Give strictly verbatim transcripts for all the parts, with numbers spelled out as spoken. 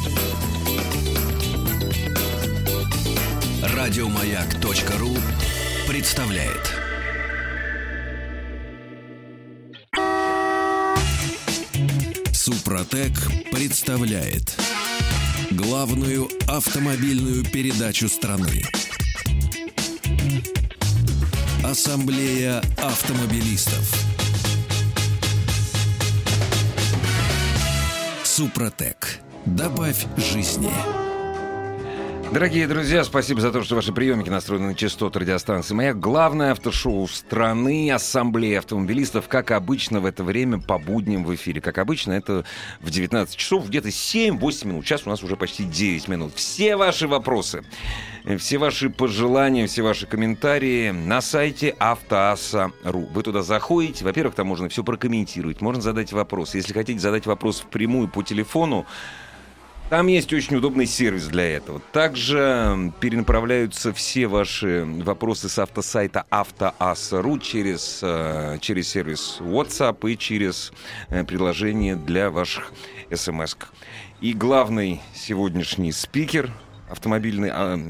Радиомаяк.ру представляет. Супротек представляет главную автомобильную передачу страны. Ассамблея автомобилистов. Супротек. Добавь жизни. Дорогие друзья, спасибо за то, что ваши приемники настроены на частоты радиостанции «Маяк». Главное автошоу страны, Ассамблея автомобилистов, как обычно в это время по будням в эфире. Как обычно, это в девятнадцать часов, где-то семь-восемь минут. Сейчас у нас уже почти девять минут. Все ваши вопросы, все ваши пожелания, все ваши комментарии на сайте автоасса точка ру. Вы туда заходите. Во-первых, там можно все прокомментировать, можно задать вопрос. Если хотите задать вопрос впрямую по телефону, там есть очень удобный сервис для этого. Также перенаправляются все ваши вопросы с автосайта автоасса точка ру через, через сервис WhatsApp и через приложение для ваших смс. И главный сегодняшний спикер автомобильной а,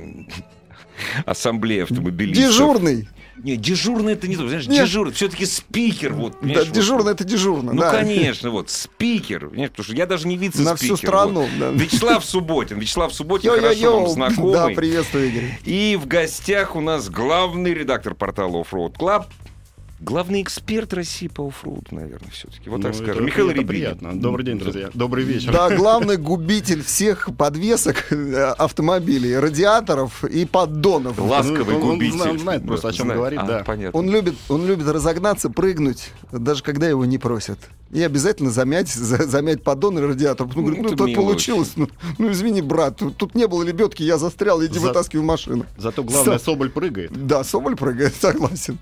ассамблеи автомобилистов. Дежурный. Нет, дежурный это не то, знаешь, дежурный, все-таки спикер. Вот, да, дежурный вот. Это дежурный, Ну, да. конечно, вот, спикер. Потому что я даже не вице-спикер. На всю страну. Вот. Да. Вячеслав Субботин. Вячеслав Субботин, йо, хорошо йо, йо. вам знакомый. Да, приветствую, Игорь. И в гостях у нас главный редактор портала Offroad Club, главный эксперт России по оффроуду, наверное, все-таки. Вот ну, так скажем. Это, Михаил это Рябинин. Приятно. Добрый день, друзья. Добрый вечер. Да, главный губитель всех подвесок автомобилей, радиаторов и поддонов. Ласковый он, губитель. Он знает просто, о чем знает. говорит, а, да. Понятно. Он любит, он любит разогнаться, прыгнуть, даже когда его не просят. И обязательно замять, за, замять поддон и радиатор. Он говорит, ну, ну так получилось. Ну, ну, извини, брат, тут, тут не было лебедки, я застрял, иди За... вытаскивай машину. Зато главное, Со... Соболь прыгает. Да, Соболь прыгает, согласен.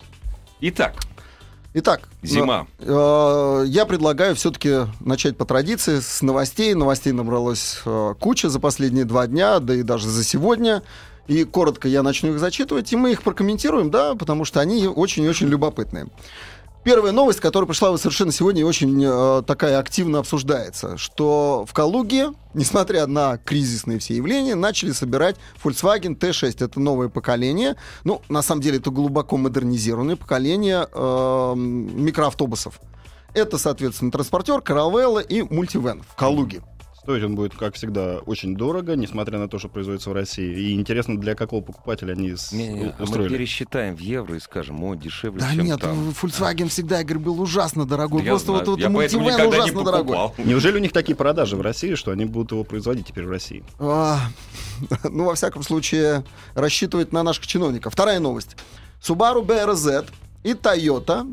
Итак. Итак, зима. Э, я предлагаю все-таки начать по традиции с новостей. Новостей набралось э, куча за последние два дня, да и даже за сегодня. И коротко я начну их зачитывать, и мы их прокомментируем, да, потому что они очень-очень любопытные. Первая новость, которая пришла вот совершенно сегодня и очень э, такая активно обсуждается, что в Калуге, несмотря на кризисные все явления, начали собирать Volkswagen ти шесть. Это новое поколение. Ну, на самом деле, это глубоко модернизированное поколение э, микроавтобусов. Это, соответственно, транспортер, каравелла и мультивэн в Калуге. Стоить он будет, как всегда, очень дорого, несмотря на то, что производится в России. И интересно, для какого покупателя они с... не, не, устроили. Мы пересчитаем в евро и скажем, о, дешевле, да чем нет, там. Volkswagen всегда, я говорю, был ужасно дорогой. Да Просто вот, вот мультивэн ужасно не дорогой. Неужели у них такие продажи в России, что они будут его производить теперь в России? А, ну, во всяком случае, рассчитывать на наших чиновников. Вторая новость. Subaru би эр зет и Toyota,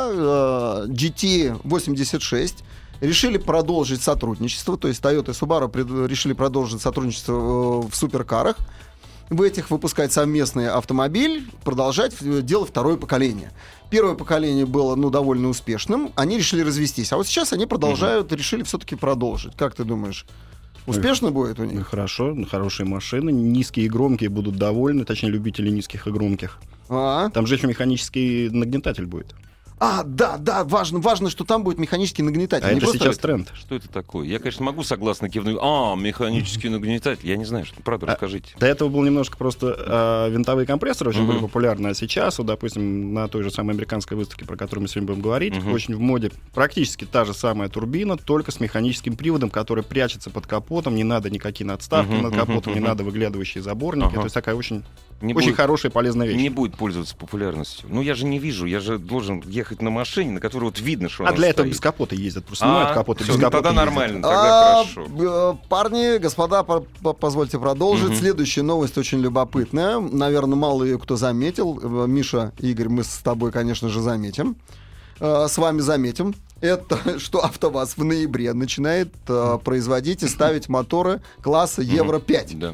да, джи ти восемьдесят шесть решили продолжить сотрудничество, то есть Toyota и Subaru пред, решили продолжить сотрудничество в суперкарах, в этих выпускать совместный автомобиль, продолжать делать второе поколение. Первое поколение было, ну, довольно успешным, они решили развестись, а вот сейчас они продолжают, mm-hmm. решили все-таки продолжить. Как ты думаешь? Успешно будет у них? Хорошо, хорошие машины, низкие и громкие будут довольны, точнее, любители низких и громких. А-а. Там же еще механический нагнетатель будет. А, да, да, важно, важно, что там будет механический нагнетатель. А не это просто... сейчас тренд. Что это такое? Я, конечно, могу согласно кивнуть. А, механический нагнетатель. Я не знаю, что. Правда, а, расскажите. До этого был немножко просто а, винтовые компрессоры очень uh-huh. были популярны, а сейчас, вот, допустим, на той же самой американской выставке, про которую мы сегодня будем говорить, uh-huh. очень в моде практически та же самая турбина, только с механическим приводом, который прячется под капотом, не надо никакие надставки uh-huh. над капотом, uh-huh. не надо выглядывающие заборники. Uh-huh. То есть такая очень, не очень будет, хорошая, полезная вещь. Не будет пользоваться популярностью. Ну, я же не вижу, я же должен ехать на машине, на которой вот видно, что а она для стоит. этого без капота ездят, просто снимают а, капот и все, без капота тогда ездят. нормально, тогда а, хорошо. Парни, господа, по- по- позвольте продолжить. Uh-huh. Следующая новость очень любопытная. Наверное, мало ее кто заметил. Миша, Игорь, мы с тобой, конечно же, заметим. С вами заметим. Это что АвтоВАЗ в ноябре начинает uh, производить и ставить моторы класса Евро пять. Да.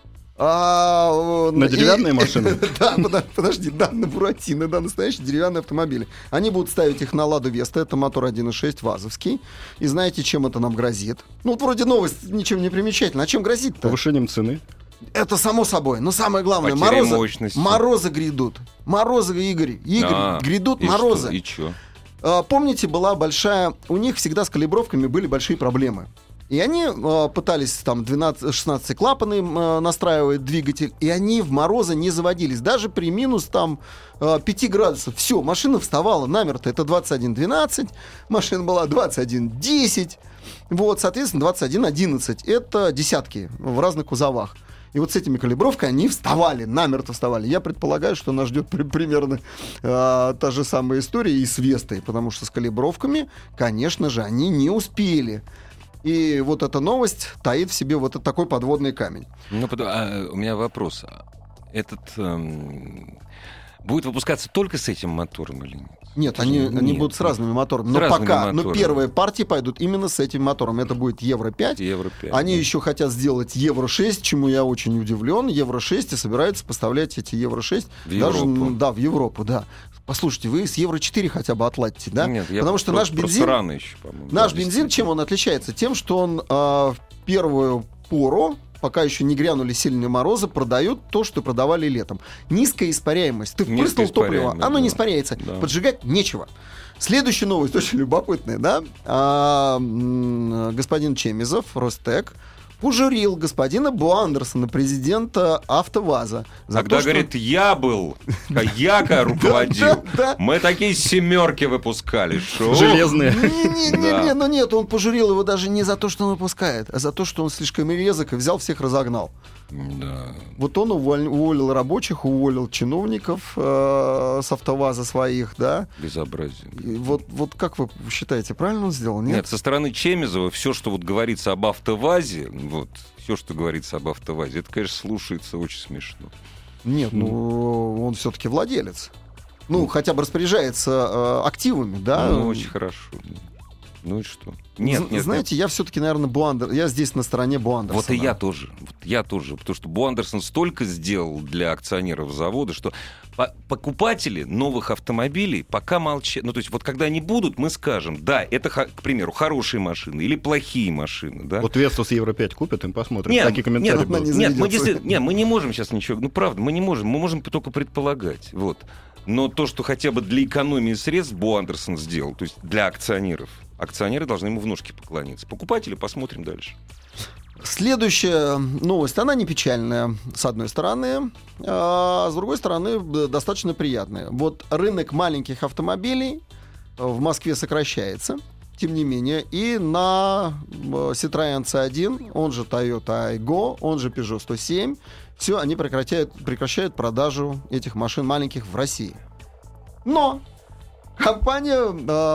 А, на деревянные и, машины? Да, подожди, да, на Буратино, да, настоящие деревянные автомобили. Они будут ставить их на Ладу Веста, это мотор один и шесть ВАЗовский. И знаете, чем это нам грозит? Ну, вот вроде новость ничем не примечательна. А чем грозит-то? Повышением цены. Это само собой, но самое главное, Потеря морозы, мощности. морозы грядут. Морозы, Игорь, Игорь, а, грядут и морозы. Что? И чё? А, помните, была большая... У них всегда с калибровками были большие проблемы. И они э, пытались там двенадцать-шестнадцать клапаны э, настраивать двигатель, и они в морозы не заводились. Даже при минус там э, пять градусов. Все, машина вставала намертво. Это двадцать один двенадцать, машина была двадцать один десять. Вот, соответственно, двадцать один одиннадцать. Это десятки в разных кузовах. И вот с этими калибровкой они вставали, намертво вставали. Я предполагаю, что нас ждет при- примерно э, та же самая история и с Вестой, потому что с калибровками, конечно же, они не успели. И вот эта новость таит в себе вот этот такой подводный камень. Ну, а, у меня вопрос. Этот эм, будет выпускаться только с этим мотором или нет? Нет, они, Нет, они будут с разными моторами. С Но разными пока, моторами. но первые партии пойдут именно с этим мотором. Это будет Евро пять. Евро пять. Они да. еще хотят сделать Евро шесть, чему я очень удивлен. Евро шесть и собираются поставлять эти Евро шесть В даже, Европу. да, в Европу, да. Послушайте, вы с Евро четыре хотя бы отладьте, да? Нет, я Потому что про- наш просто бензин, рано еще, по-моему. наш Да, бензин, чем он отличается? Тем, что он э, в первую пору, пока еще не грянули сильные морозы, продают то, что продавали летом. Низкая испаряемость. Ты впрыснул топливо, Низкоиспаряемость, оно не да. испаряется. Да. Поджигать нечего. Следующая новость очень любопытная, да? А, м, господин Чемизов, Ростек, пожурил господина Буандерсона, президента АвтоВАЗа. за Когда, то, что- говорит, я был, я руководил, Да, да. мы такие семерки выпускали. Шо? Железные. Не-не-не, Да. ну нет, он пожурил его даже не за то, что он выпускает, а за то, что он слишком резок и взял всех разогнал. Да. Вот он уволь- уволил рабочих, уволил чиновников э, с АвтоВАЗа своих, да. Безобразие. И вот, вот как вы считаете, правильно он сделал? Нет? Нет, со стороны Чемизова все, что вот говорится об АвтоВАЗе, вот, все, что говорится об АвтоВАЗе, это, конечно, слушается очень смешно. Нет, ну он все-таки владелец. Ну, хотя бы распоряжается э, активами, да. Ну, очень хорошо. Ну и что? Нет, З- нет, Знаете, я все-таки, наверное, Буандер... я здесь на стороне Буандерсона. Вот и я тоже. Вот я тоже. Потому что Бо Андерсон столько сделал для акционеров завода, что по- покупатели новых автомобилей пока молчат. Ну, то есть, вот когда они будут, мы скажем, да, это, ха- к примеру, хорошие машины или плохие машины. Да? Вот Весту с Евро пять купят, им посмотрим. Нет, Такие комментарии нет, будут. не нет, мы заведется. действительно, нет, мы не можем сейчас ничего. Ну, правда, мы не можем. Мы можем только предполагать. Вот. Но то, что хотя бы для экономии средств Бо Андерсон сделал, то есть для акционеров, акционеры должны ему в ножки поклониться. Покупатели, посмотрим дальше. Следующая новость, она не печальная, с одной стороны, а с другой стороны, д- достаточно приятная. Вот рынок маленьких автомобилей в Москве сокращается, тем не менее, и на э, Citroёn си один, он же Toyota Aygo, он же Peugeot сто семь, все, они прекращают, прекращают продажу этих машин маленьких в России. Но компания э,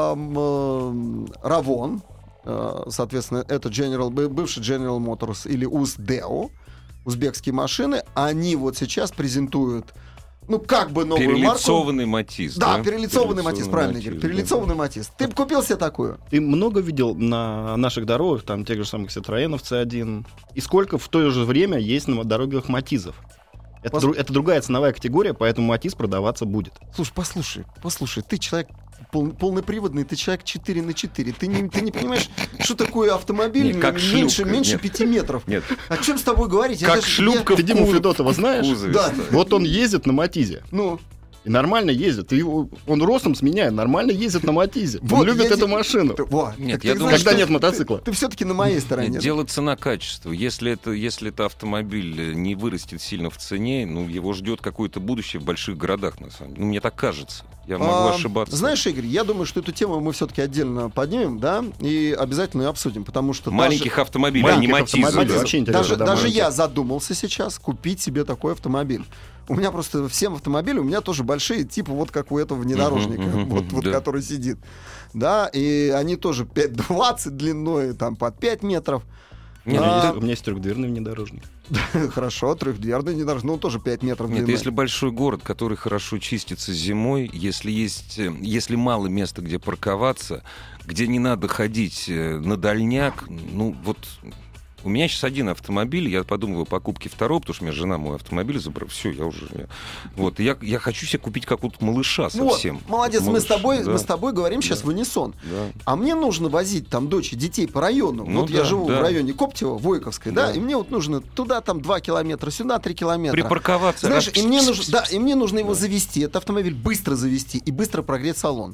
м, э, Ravon, э, соответственно, это General, бы- бывший General Motors или УЗДЭО, узбекские машины, они вот сейчас презентуют, ну, как бы новую марку. Перелицованный Матис. Да, перелицованный Матис, правильно, Матис, Игорь, да. перелицованный Матис. Ты бы купил себе такую? Ты много видел на наших дорогах, там, тех же самых Citroёnов си один? И сколько в то же время есть на дорогах Матизов? Это, Пос- дру- это другая ценовая категория, поэтому Матиз продаваться будет. Слушай, послушай, послушай, ты человек пол- полноприводный, ты человек четыре на четыре. Ты не, ты не понимаешь, что такое автомобиль Не, как меньше, шлюпка, меньше нет. пяти метров. Нет, О чем с тобой говорить? Я как даже- шлюпка Ты в Диму кузов- Федотова в знаешь? кузове Да. стоит. Вот он ездит на Матизе. я- Ну, И нормально ездит. И его- он ростом с меня, нормально ездит на Матизе. Вот, он любит я эту де- машину. ты- во, Нет, так я ты думаю, знаешь, Когда что нет мотоцикла. Ты, все-таки на моей стороне. Нет, дело цена-качество. Если это, если это автомобиль не вырастет сильно в цене, ну, его ждет какое-то будущее в больших городах, на самом деле. Ну, мне так кажется. Я могу А, ошибаться. Знаешь, Игорь, я думаю, что эту тему мы все-таки отдельно поднимем, да, и обязательно ее обсудим, потому что Маленьких даже, автомобилей, а не Маленьких Матизы. автомобилей да. вообще интересно. даже, да, даже маленьких. я задумался сейчас купить себе такой автомобиль. У меня просто всем автомобили, у меня тоже большие, типа вот как у этого внедорожника, Мгм, мгм, вот, вот да. который сидит. Да, и они тоже пять двадцать длиной, там под пять метров. Нет, У меня А, есть- у меня есть трехдверный внедорожник. Хорошо, трехдверный внедорожник, ну тоже пять метров Нет, длиной. если большой город, который хорошо чистится зимой, если есть, э, если мало места, где парковаться, где не надо ходить э, на дальняк, ну вот у меня сейчас один автомобиль, я подумываю о покупке второго, потому что у меня жена мой автомобиль забрала, все, я уже, я- вот, я, я хочу себе купить какого-то малыша совсем. Вот, молодец, мы с Малыша, тобой, да, мы с тобой говорим сейчас Да. в унисон. да. А мне нужно возить там дочь и детей по району. Ну вот я да, живу да. в районе Коптева, Войковской, да. Да. и мне вот нужно туда там два километра, сюда три километра. Припарковаться. Знаешь, раз, и мне нужно, да, и мне нужно его Да. завести, этот автомобиль быстро завести и быстро прогреть салон.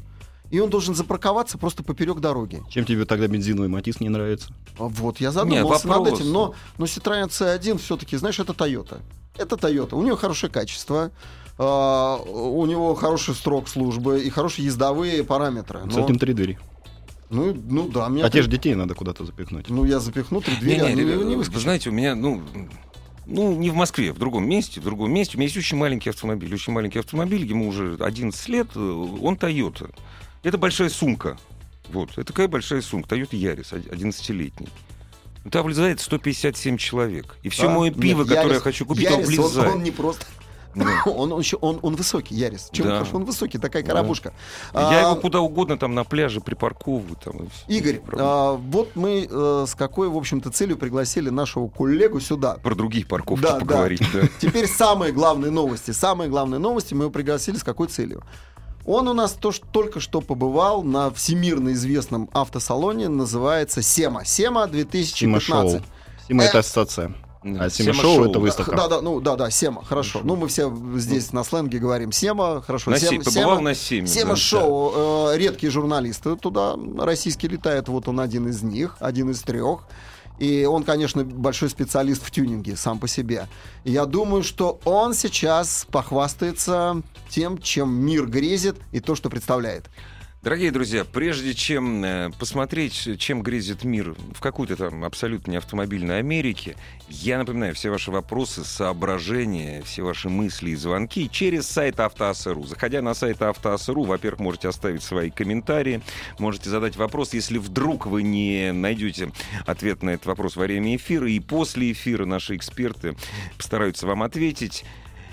и он должен запарковаться просто поперек дороги. Чем тебе тогда бензиновый Матис не нравится? Вот, я задумался Не, над этим, но, но Citroёn си один все-таки, знаешь, это Toyota. Это Toyota. У него хорошее качество, э, у него хороший срок службы и хорошие ездовые параметры. С Но... этим три двери. Ну, ну да, мне. А те же детей надо куда-то запихнуть. Ну, я запихну три двери, Не, не, они ребят, не вы выскочат. знаете, у меня, ну, ну, не в Москве, в другом месте, в другом месте. У меня есть очень маленький автомобиль, очень маленький автомобиль, ему уже одиннадцать лет, он Toyota. Это большая сумка. Вот, это такая большая сумка, Toyota Yaris, одиннадцатилетний. Там влезает сто пятьдесят семь человек. И все А? мое пиво, Нет, которое Ярис- я хочу купить, Ярис, он влезает. Он, он не просто... Да. Он, он, еще, он, он высокий, Ярис. Чем Да. хорошо? Он высокий, такая Да. коробушка. Я А, его куда угодно там на пляже припарковываю. Там, и всё. Игорь, Не проблема. а, вот мы э, с какой, в общем-то, целью пригласили нашего коллегу сюда. Про другие парковки Да, поговорить. да. Да. Теперь самые главные новости. Самые главные новости мы его пригласили с какой целью? Он у нас то, что только что побывал на всемирно известном автосалоне, называется СЕМА. СЕМА две тысячи пятнадцать. Сима-шоу. Сима — Э, это ассоциация. Да. А Сима Сема-шоу. Шоу — это выставка. Да, да, ну да, да, Сема, хорошо. Ну, мы все здесь на сленге говорим Сема, хорошо. На Сем- се- побывал Сема- на Семе. Сема да. Шоу, э, редкие журналисты туда российские летают, вот он один из них, один из трех. И он, конечно, большой специалист в тюнинге сам по себе. И я думаю, что он сейчас похвастается тем, чем мир грезит и то, что представляет. Дорогие друзья, прежде чем э, посмотреть, чем грезит мир в какой-то там абсолютно не автомобильной Америке, я напоминаю, все ваши вопросы, соображения, все ваши мысли и звонки через сайт Автоаса.ру. Заходя на сайт Автоаса.ру, во-первых, можете оставить свои комментарии, можете задать вопрос, если вдруг вы не найдете ответ на этот вопрос во время эфира, и после эфира наши эксперты постараются вам ответить.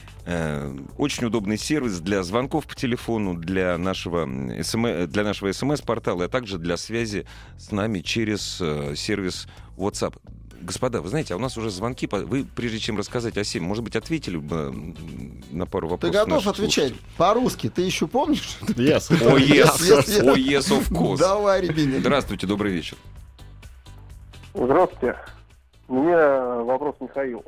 Очень удобный сервис для звонков по телефону, для нашего, СМ, для нашего СМС-портала, а также для связи с нами через э, сервис WhatsApp. Господа, вы знаете, а у нас уже звонки. Вы, прежде чем рассказать о Семе, может быть, ответили бы на пару Ты вопросов? готов наших отвечать слушателей? по-русски? Ты еще помнишь? Yes. О, yes, Yes, yes. о, yes, of course. Давай, ребята. Здравствуйте, добрый вечер. Здравствуйте. У меня вопрос Михаилу.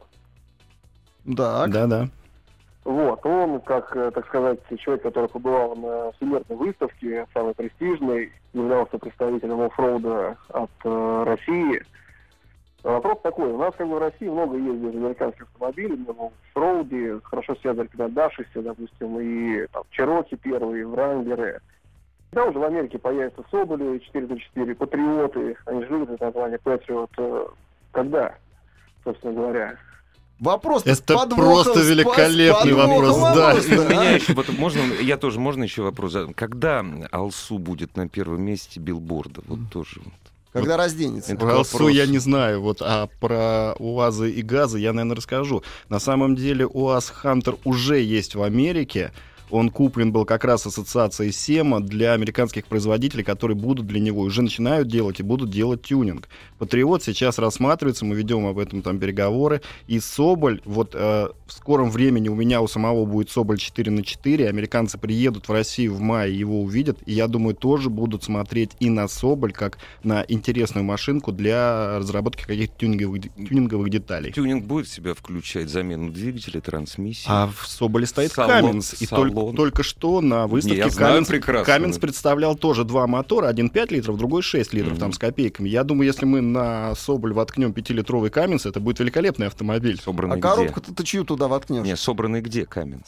Так. Да-да. Вот, он, как, э, так сказать, человек, который побывал на всемирной выставке, самой престижной, являлся представителем оффроуда от э, России. Вопрос такой. У нас, как бы, в России много ездит американских автомобилей, много в оффроуде, хорошо сидят только на Дашисе, допустим, и там Чероки первые, Вранглеры. Когда уже в Америке появятся Соболи четыреста четыре, Патриоты, они же любят это название Патриот. э, Когда, собственно говоря? Вопрос Это с подвохом, просто с по- великолепный с подвохом вопрос, да. вопрос, И у меня еще, вот, можно, я тоже, можно еще вопрос? задать? Когда Алсу будет на первом месте билборда? Вот тоже. Когда разденется. Это Про Алсу вопрос. я не знаю, вот, а про УАЗы и ГАЗы я, наверное, расскажу. На самом деле УАЗ Хантер уже есть в Америке. Он куплен был как раз ассоциацией Сема для американских производителей, которые будут для него, уже начинают делать и будут делать тюнинг. Патриот сейчас рассматривается, мы ведем об этом там переговоры. И Соболь, вот э, в скором времени у меня у самого будет Соболь четыре на четыре, американцы приедут в Россию в мае, его увидят, и я думаю, тоже будут смотреть и на Соболь, как на интересную машинку для разработки каких-то тюнинговых, тюнинговых деталей. Тюнинг будет в себя включать замену двигателя, трансмиссии? А в Соболе стоит Салон, Каменс, и салон. только, только что на выставке Не, я знаю Каменс, прекрасно. Каменс представлял тоже два мотора, один пять литров, другой шесть литров, Мгм. там с копейками. Я думаю, если мы на Соболь воткнем пятилитровый Каменс, это будет великолепный автомобиль. Собранный А где? коробку-то ты чью туда воткнешь? Не, собранный где, Каменс?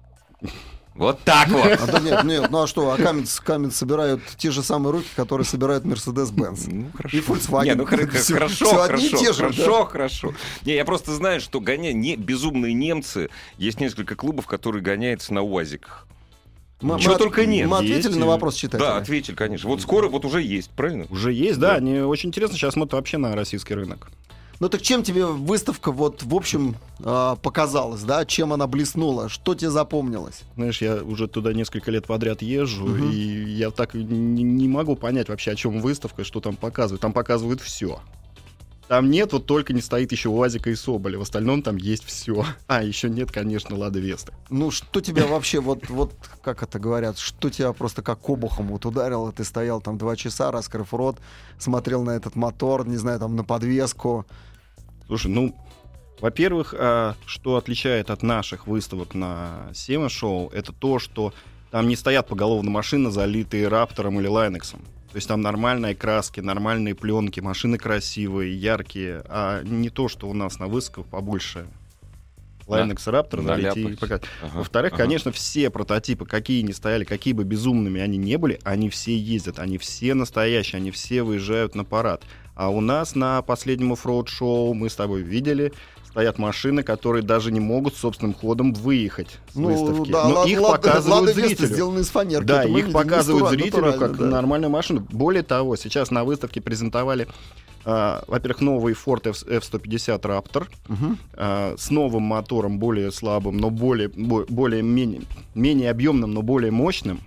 Вот так вот. А, да нет, нет, ну а что, а Каменс, Каменс собирают те же самые руки, которые собирают Мерседес-Бенц. Ну, хорошо. И Volkswagen. Не, ну хор- Всё- хорошо, всё одни и хорошо, те же, хорошо, хорошо. Не, я просто знаю, что гоня... не... безумные немцы, есть несколько клубов, которые гоняются на УАЗиках. Мы- Чего мы только от- нет. Мы ответили Есть, на и- вопрос читателя. Да, ответили, конечно. Вот скоро вот уже есть, правильно? Уже есть, да, они очень интересно сейчас смотрят вообще на российский рынок. Ну так чем тебе выставка вот в общем а, показалась, да? Чем она блеснула? Что тебе запомнилось? Знаешь, я уже туда несколько лет подряд езжу, Мгм. и я так не, не могу понять вообще, о чем выставка, что там показывают. Там показывают все. Там нет, вот только не стоит еще УАЗика и Соболя. В остальном там есть все. А, еще нет, конечно, Лады Весты. Ну что тебя вообще вот, вот как это говорят, что тебя просто как обухом вот ударило? Ты стоял там два часа, раскрыв рот, смотрел на этот мотор, не знаю, там на подвеску. Слушай, ну, во-первых, а, что отличает от наших выставок на Сема-шоу, это то, что Там не стоят поголовно машины, залитые Раптором или Лайнексом. То есть там нормальные краски, нормальные пленки, машины красивые, яркие, а не то, что у нас на выставках побольше. Лайнекс и Раптор залить и показать. Ага, Во-вторых, ага. конечно, все прототипы, какие ни стояли, какие бы безумными они не были, они все ездят, они все настоящие, они все выезжают на парад. А у нас на последнем оффроуд-шоу мы с тобой видели, стоят машины, которые даже не могут собственным ходом выехать с ну, выставки. Да, Но лад, их лад, показывают лад, зрителю. Сделаны из фанерки, да, их видим, показывают натура, зрителю как да. нормальную машину. Более того, сейчас на выставке презентовали Uh, во-первых, новый Ford эф сто пятьдесят Raptor uh-huh. uh, с новым мотором, более слабым, но более, более менее, менее объемным, но более мощным.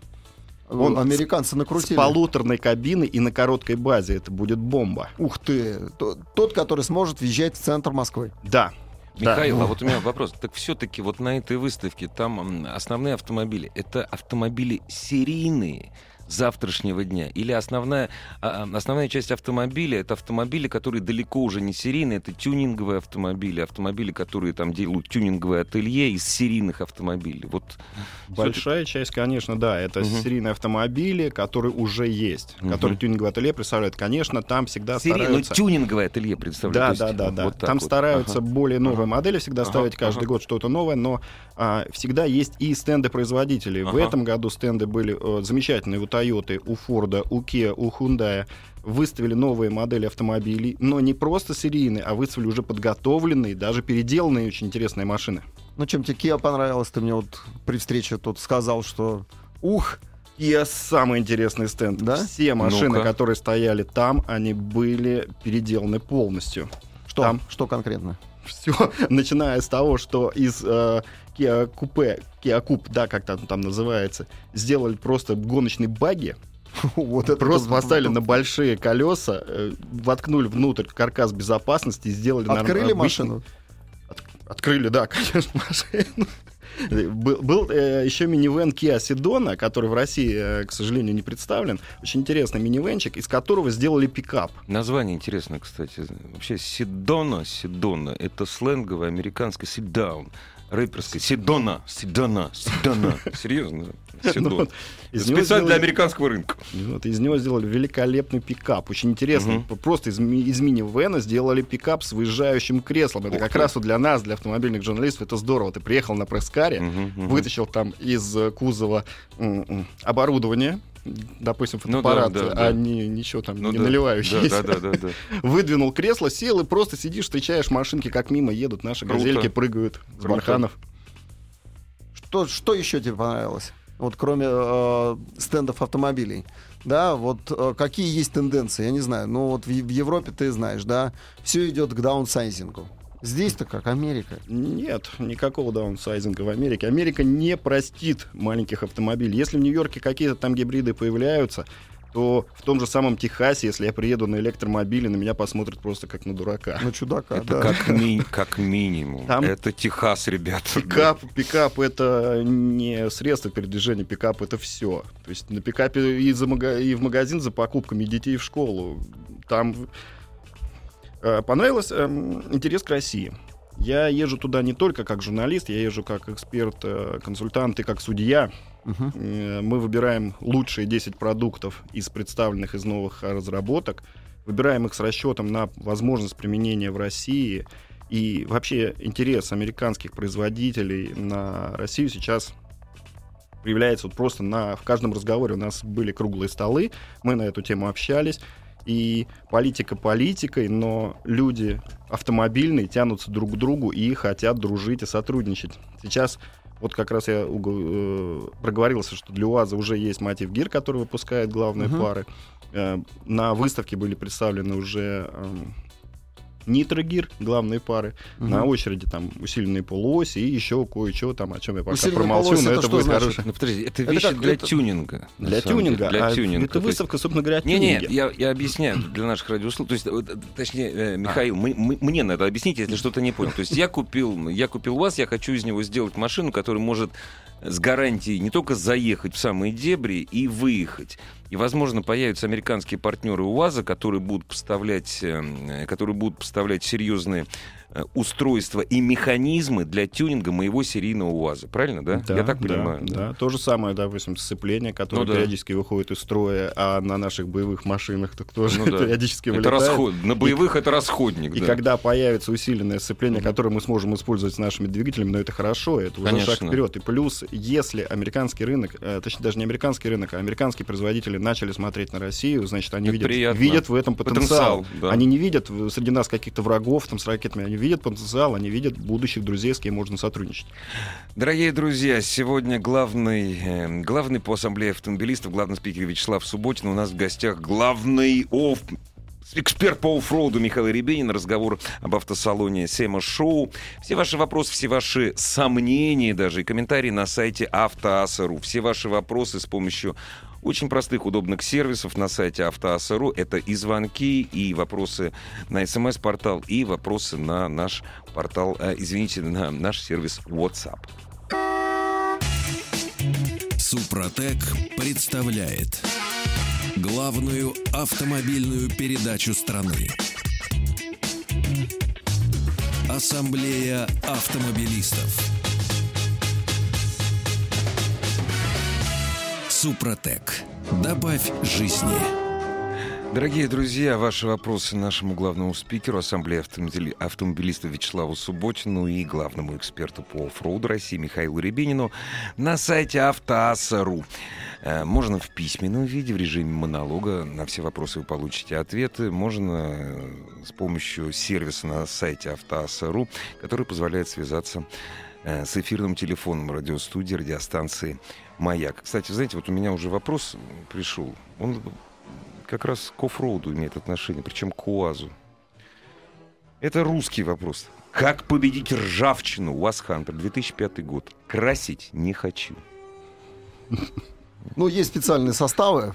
Он американцы накрутили. С полуторной кабиной и на короткой базе. Это будет бомба. Ух ты! Тот, который сможет въезжать в центр Москвы. Да. Михаил, да. а вот у меня вопрос. Так все-таки вот на этой выставке там основные автомобили, это автомобили серийные завтрашнего дня? Или основная, основная часть автомобиля — это автомобили, которые далеко уже не серийные, это тюнинговые автомобили, автомобили, которые там делают тюнинговые ателье из серийных автомобилей. Вот большая часть, конечно, да, это угу. серийные автомобили, которые уже есть, угу. которые тюнинговые ателье представляют. Конечно, там всегда Серий... стараются... Ну, тюнинговое ателье представляют. Да, да, да, да. Вот там вот. Стараются ага. более новые ага. модели всегда ага. ставить каждый ага. год что-то новое, но а, всегда есть и стенды производителей. Ага. В этом году стенды были о, замечательные у Toyota, у Ford, у Kia, у Hyundai. Выставили новые модели автомобилей, но не просто серийные, а выставили уже подготовленные, даже переделанные очень интересные машины. Ну, чем тебе Kia понравилось? Ты мне вот при встрече тут сказал, что ух, Kia самый интересный стенд. Да? Все машины, Ну-ка. которые стояли там, они были переделаны полностью. Что? Там, что конкретно? Все, начиная с того, что из э, Kia Coupe, Kia Coupe, да, как там, там называется, сделали просто гоночные багги. Вот это просто тут... поставили на большие колеса, э, воткнули внутрь каркас безопасности и сделали... Открыли машину? От, открыли, да, конечно, машину. Был, был э, еще минивэн Kia Sedona, который в России, э, к сожалению, не представлен. Очень интересный минивэнчик, из которого сделали пикап. Название интересно, кстати. Вообще Sedona, Sedona — это сленговое американское sit-down. Рэперская Седона, Седона, Седона. Серьезно? Седона. Специально сделали... для американского рынка. Вот, из него сделали великолепный пикап. Очень интересно. Угу. Просто из, из мини-вэна сделали пикап с выезжающим креслом. Это Ух как ты. раз вот для нас, для автомобильных журналистов, это здорово. Ты приехал на пресс-каре, угу, угу. вытащил там из кузова м-м, оборудование, допустим, фотоаппарат, ну, да, да, да. а не ничего там ну, не да. наливающееся. Да, да, да, да, да. Выдвинул кресло, сел и просто сидишь, встречаешь машинки, как мимо едут, наши Круто. газельки прыгают с барханов. Что, что еще тебе понравилось? Вот кроме э, стендов автомобилей, да, вот э, какие есть тенденции, я не знаю, ну вот в, в Европе ты знаешь, да, все идет к даунсайзингу. Здесь-то как Америка? Нет, никакого даунсайзинга в Америке. Америка не простит маленьких автомобилей. Если в Нью-Йорке какие-то там гибриды появляются, то в том же самом Техасе, если я приеду на электромобиле, на меня посмотрят просто как на дурака. На чудака, это да. как, ми- как минимум. Там это Техас, ребята. Пикап, пикап — это не средство передвижения, пикап — это все. То есть на пикапе и, за мага- и в магазин за покупками, детей в школу. Там э, понравился э, интерес к России. Я езжу туда не только как журналист, я езжу как эксперт, э, консультант и как судья. Uh-huh. Мы выбираем лучшие десять продуктов из представленных из новых разработок, выбираем их с расчетом на возможность применения в России. И вообще интерес американских производителей на Россию сейчас проявляется вот просто на, в каждом разговоре. У нас были круглые столы, мы на эту тему общались. И политика политикой, но люди автомобильные тянутся друг к другу и хотят дружить и сотрудничать. Сейчас вот как раз я э, проговорился, что для УАЗа уже есть Мотив Гир, который выпускает главные uh-huh. пары. Э, на выставке были представлены уже э, Nitro Gear, главные пары. Uh-huh. На очереди там усиленные полуоси и еще кое-что там, о чем я пока усиленные промолчу, но это, это будет хорошее. Ну, подожди, это вещи это для это... тюнинга. Для тюнинга? Для а тюнинга. Это выставка, собственно говоря, о не, тюнинге. Не, я, я объясняю для наших радиослушателей. То есть, точнее, Михаил, а. мы, мы, мне надо объяснить, если что-то не понял. То есть я купил, я купил УАЗ, я хочу из него сделать машину, которая может с гарантией не только заехать в самые дебри и выехать. И, возможно, появятся американские партнеры УАЗа, которые будут поставлять, которые будут поставлять серьезные устройства и механизмы для тюнинга моего серийного УАЗа. Правильно, да? Да, Я так да, понимаю. Да, да. То же самое, допустим, сцепление, которое ну, да. периодически выходит из строя, а на наших боевых машинах так тоже ну, да. периодически это вылетает. расход... На боевых и, это расходник. И да. когда появится усиленное сцепление, mm-hmm. которое мы сможем использовать с нашими двигателями, но это хорошо, это уже Конечно. шаг вперед. И плюс, если американский рынок, э, точнее даже не американский рынок, а американские производители начали смотреть на Россию, значит, они видят, видят в этом потенциал. потенциал да. Они не видят среди нас каких-то врагов там, с ракетами, они видят потенциал, они видят будущих друзей, с кем можно сотрудничать. Дорогие друзья, сегодня главный, э, главный по ассамблее автомобилистов, главный спикер Вячеслав Субботин. У нас в гостях главный оф... эксперт по оффроуду Михаил Рябинин. Разговор об автосалоне Сема Шоу. Все ваши вопросы, все ваши сомнения даже и комментарии на сайте автоаса точка ру. Все ваши вопросы с помощью очень простых, удобных сервисов на сайте автоаса точка ру. Это и звонки, и вопросы на смс-портал, и вопросы на наш портал, э, извините, на наш сервис WhatsApp. Супротек представляет главную автомобильную передачу страны. Ассамблея автомобилистов. Супротек. Добавь жизни. Дорогие друзья, ваши вопросы нашему главному спикеру Ассамблеи автомобилистов Вячеславу Субботину и главному эксперту по оффроуду России Михаилу Рябинину на сайте автоаса точка ру. Можно в письменном виде, в режиме монолога. На все вопросы вы получите ответы. Можно с помощью сервиса на сайте автоаса точка ру, который позволяет связаться с эфирным телефоном радиостудии, радиостанции «Маяк». Кстати, знаете, вот у меня уже вопрос пришел. Он как раз к оффроуду имеет отношение, причем к УАЗу. Это русский вопрос. Как победить ржавчину? УАЗ Хантер, две тысячи пятый год. Красить не хочу. Ну, есть специальные составы,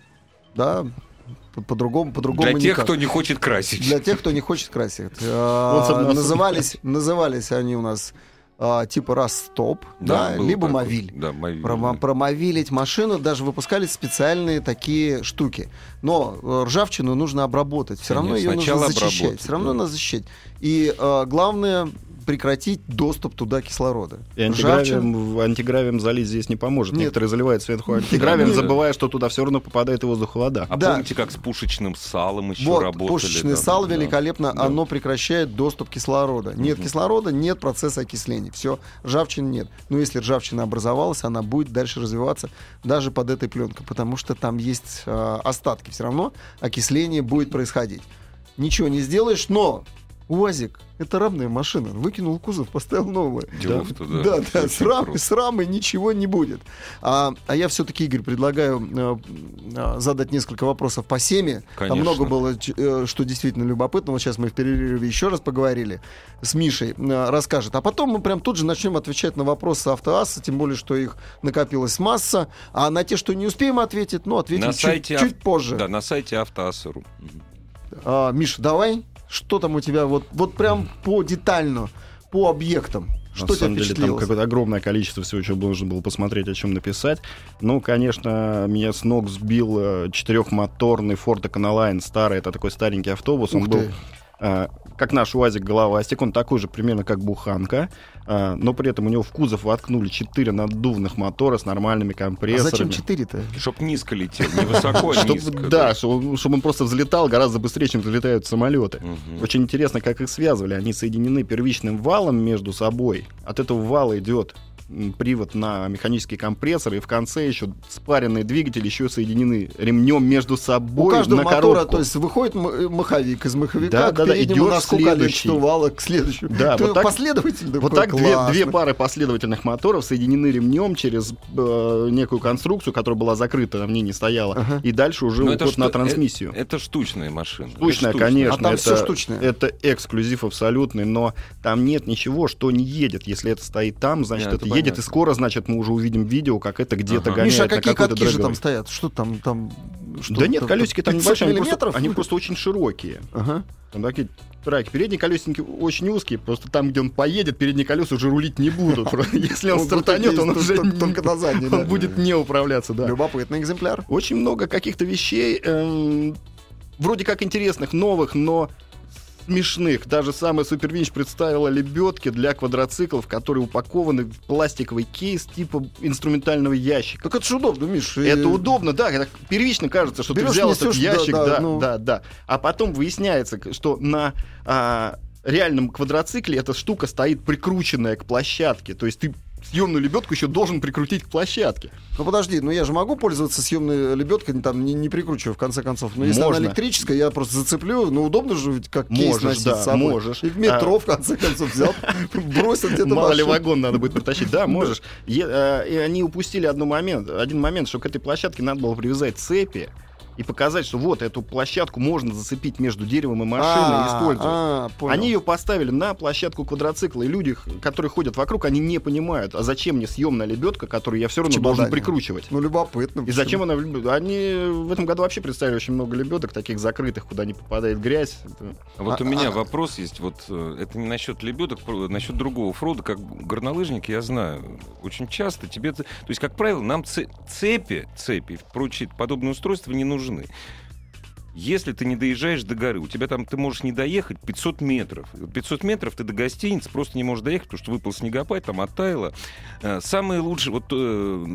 да, по-другому, по-другому Для тех, никак. кто не хочет красить. Для тех, кто не хочет красить. Назывались, назывались они у нас типа Раз-Стоп, да, либо Мовиль. Да, Мовиль. Про, промовилить машину, даже выпускались специальные такие штуки. Но ржавчину нужно обработать. Все равно ее нужно защищать. Все равно надо защищать. И э, главное прекратить доступ туда кислорода. И антигравием, антигравием залить здесь не поможет. Нет. Некоторые заливают сверху антигравием, забывая, что туда все равно попадает и воздух, и вода. А да. Помните, как с пушечным салом еще вот, работали? Пушечное да, сало да, великолепно, да. Оно прекращает доступ кислорода. Нет угу. кислорода, нет процесса окисления. Все, ржавчины нет. Но если ржавчина образовалась, она будет дальше развиваться даже под этой пленкой, потому что там есть э, остатки. Все равно окисление будет происходить. Ничего не сделаешь, но УАЗик — это рамная машина. Выкинул кузов, поставил новую. Да, да, да, да. С, рам, с рамой ничего не будет. А, а я все-таки, Игорь, предлагаю э, э, задать несколько вопросов по Семе. Конечно. Там много было, э, что действительно любопытно. Вот сейчас мы в перерыве еще раз поговорили с Мишей. Э, расскажет. А потом мы прям тут же начнем отвечать на вопросы автоасса, тем более, что их накопилась масса. А на те, что не успеем ответить, ну, ответим чуть, сайте, чуть позже. Да, на сайте автоаса точка ру. А, Миша, давай. Что там у тебя вот, вот прям по детально, по объектам? Что На тебя самом деле, там какое-то огромное количество всего, чего нужно было посмотреть, о чем написать. Ну, конечно, меня с ног сбил четырехмоторный Ford Econoline старый. Это такой старенький автобус. Ух Он ты. был а, как наш УАЗик головастик. Он такой же примерно, как буханка. А, но при этом у него в кузов воткнули четыре наддувных мотора с нормальными компрессорами. А зачем четыре-то? Чтоб низко летел, не высоко, а низко. Да, чтобы он просто взлетал гораздо быстрее, чем взлетают самолеты. Очень интересно, как их связывали. Они соединены первичным валом между собой. От этого вала идет привод на механический компрессор, и в конце еще спаренные двигатели еще соединены ремнем между собой. У каждого на мотора, коробку. То есть выходит маховик, из маховика да, к да, переднему да, носку количества вала к следующему. Да, вот так, последовательно. Вот так две, две пары последовательных моторов соединены ремнем через э, некую конструкцию, которая была закрыта, на ней не стояла, ага. и дальше уже уход это на шту... трансмиссию. Это, это штучная машина. Штучная, это конечно. А там это, все штучное. Это эксклюзив абсолютный, но там нет ничего, что не едет. Если это стоит там, значит, нет, это, это едет, и скоро, значит, мы уже увидим видео, как это где-то ага. гоняет. Миша, а какие на катки дороговой. же там стоят? Что там? там что да нет, там, колесики там небольшие, они просто, миллиметров? они просто очень широкие. Ага. Там такие траки. Передние колесники очень узкие, просто там, где он поедет, передние колеса уже рулить не будут. Если он стартанет, он уже только на задней. Он будет не управляться, да. Любопытный экземпляр. Очень много каких-то вещей, вроде как интересных, новых, но смешных. Даже самая Супервинч представила лебедки для квадроциклов, которые упакованы в пластиковый кейс типа инструментального ящика. Так это же удобно, Миш. Это и... удобно, да. Это первично кажется, что Берешь, ты взял несешь, этот ящик, да, да, да, ну... да, да. А потом выясняется, что на а, реальном квадроцикле эта штука стоит прикрученная к площадке. То есть ты съемную лебедку еще должен прикрутить к площадке. Ну подожди, ну я же могу пользоваться съемной лебедкой, там не, не прикручивая в конце концов. Но если Можно. она электрическая, я просто зацеплю. Ну удобно же ведь как кейс Можешь, носить да, с собой. можешь. И в метро А... в конце концов взял, бросил где-то Мало ли машину. вагон надо будет притащить. Да, можешь. И, э, и они упустили одну момент, один момент, что к этой площадке надо было привязать цепи и показать, что вот эту площадку можно зацепить между деревом и машиной и использовать. А, понял. Они ее поставили на площадку квадроцикла, и люди, которые ходят вокруг, они не понимают, а зачем мне съемная лебедка, которую я все равно должен Чемодане. прикручивать. Ну любопытно. И зачем она... в- Они в этом году вообще представили очень много лебедок, таких закрытых, куда не попадает грязь. Это- А вот А- у меня а- вопрос есть. Вот э, это не насчет лебедок, про- насчет другого. Фрода, как горнолыжник, я знаю, очень часто тебе... ц- То есть, как правило, нам ц- цепи, цепи и прочие подобные устройства не нужны. Если ты не доезжаешь до горы, у тебя там, ты можешь не доехать пятьсот метров. пятьсот метров ты до гостиницы просто не можешь доехать, потому что выпал снегопад, там оттаяло. Э, Самое лучшее, вот, э,